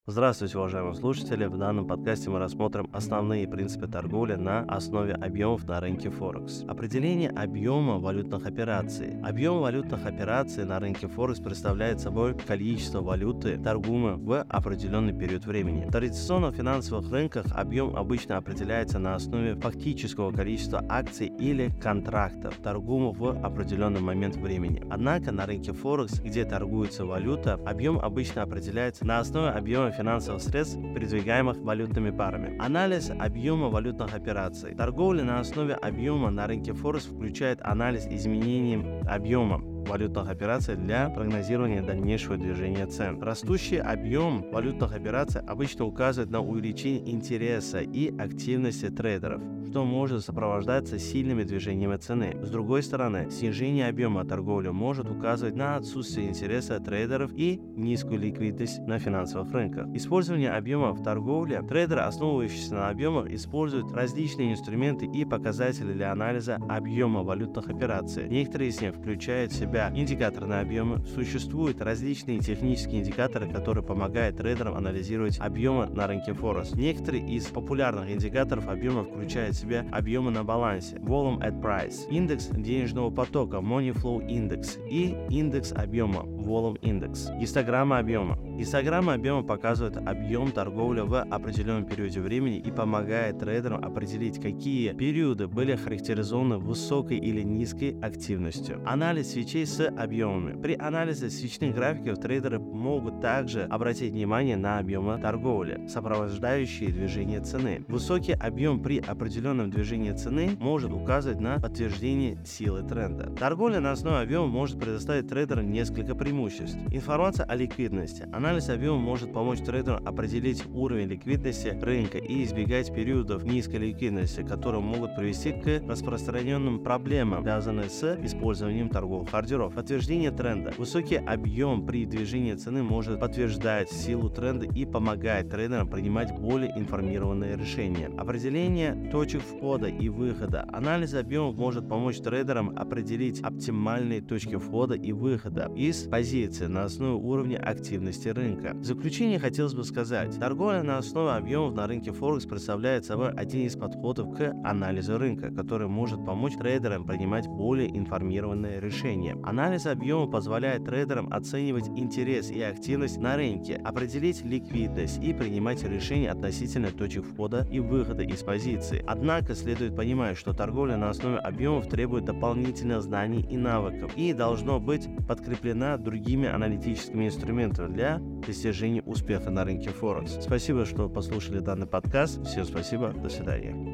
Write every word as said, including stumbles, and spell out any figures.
Здравствуйте, уважаемые слушатели! В данном подкасте мы рассмотрим основные принципы торговли на основе объемов на рынке Форекс. Определение объема валютных операций. Объем валютных операций на рынке Форекс представляет собой количество валюты, торгуемой в определенный период времени. В традиционных финансовых рынках объем обычно определяется на основе фактического количества акций или контрактов, торгуемых в определенный момент времени. Однако на рынке Форекс, где торгуется валюта, объем обычно определяется на основе объема финансовых средств, передвигаемых валютными парами. Анализ объема валютных операций. Торговля на основе объема на рынке Форекс включает анализ изменений объема валютных операций для прогнозирования дальнейшего движения цен. Растущий объем валютных операций обычно указывает на увеличение интереса и активности трейдеров, что может сопровождаться сильными движениями цены. С другой стороны, снижение объема торговли может указывать на отсутствие интереса трейдеров и низкую ликвидность на финансовых рынках. Использование объема в торговле. Трейдеры, основывающиеся на объемах, используют различные инструменты и показатели для анализа объема валютных операций. Некоторые из них включают в себя индикаторные объемы. Существуют различные технические индикаторы, которые помогают трейдерам анализировать объемы на рынке Форекс. Некоторые из популярных индикаторов объема включают в себя объемы на балансе, Volume at Price, индекс денежного потока, Money Flow Index и индекс объема, Volume Index. Гистограмма объема. Гистограмма объема показывает объем торговли в определенном периоде времени и помогает трейдерам определить, какие периоды были характеризованы высокой или низкой активностью. Анализ свечей с объемами. При анализе свечных графиков трейдеры могут также обратить внимание на объемы торговли, сопровождающие движение цены. Высокий объем при определенном движении цены может указывать на подтверждение силы тренда. Торговля на основе объема может предоставить трейдерам несколько преимуществ. Информация о ликвидности. Анализ объема может помочь трейдерам определить уровень ликвидности рынка и избегать периодов низкой ликвидности, которые могут привести к распространенным проблемам, связанным с использованием торговых ордеров. Подтверждение тренда. Высокий объем при движении цены может подтверждать силу тренда и помогает трейдерам принимать более информированные решения. Определение точек входа и выхода. Анализ объемов может помочь трейдерам определить оптимальные точки входа и выхода из позиции на основе уровня активности рынка. В заключение хотелось бы сказать, торговля на основе объемов на рынке Форекс представляет собой один из подходов к анализу рынка, который может помочь трейдерам принимать более информированные решения. Анализ объема позволяет трейдерам оценивать интерес и активность на рынке, определить ликвидность и принимать решения относительно точек входа и выхода из позиции. Однако следует понимать, что торговля на основе объемов требует дополнительных знаний и навыков и должно быть подкреплена другими аналитическими инструментами для достижения успеха на рынке Форекс. Спасибо, что послушали данный подкаст. Всем спасибо. До свидания.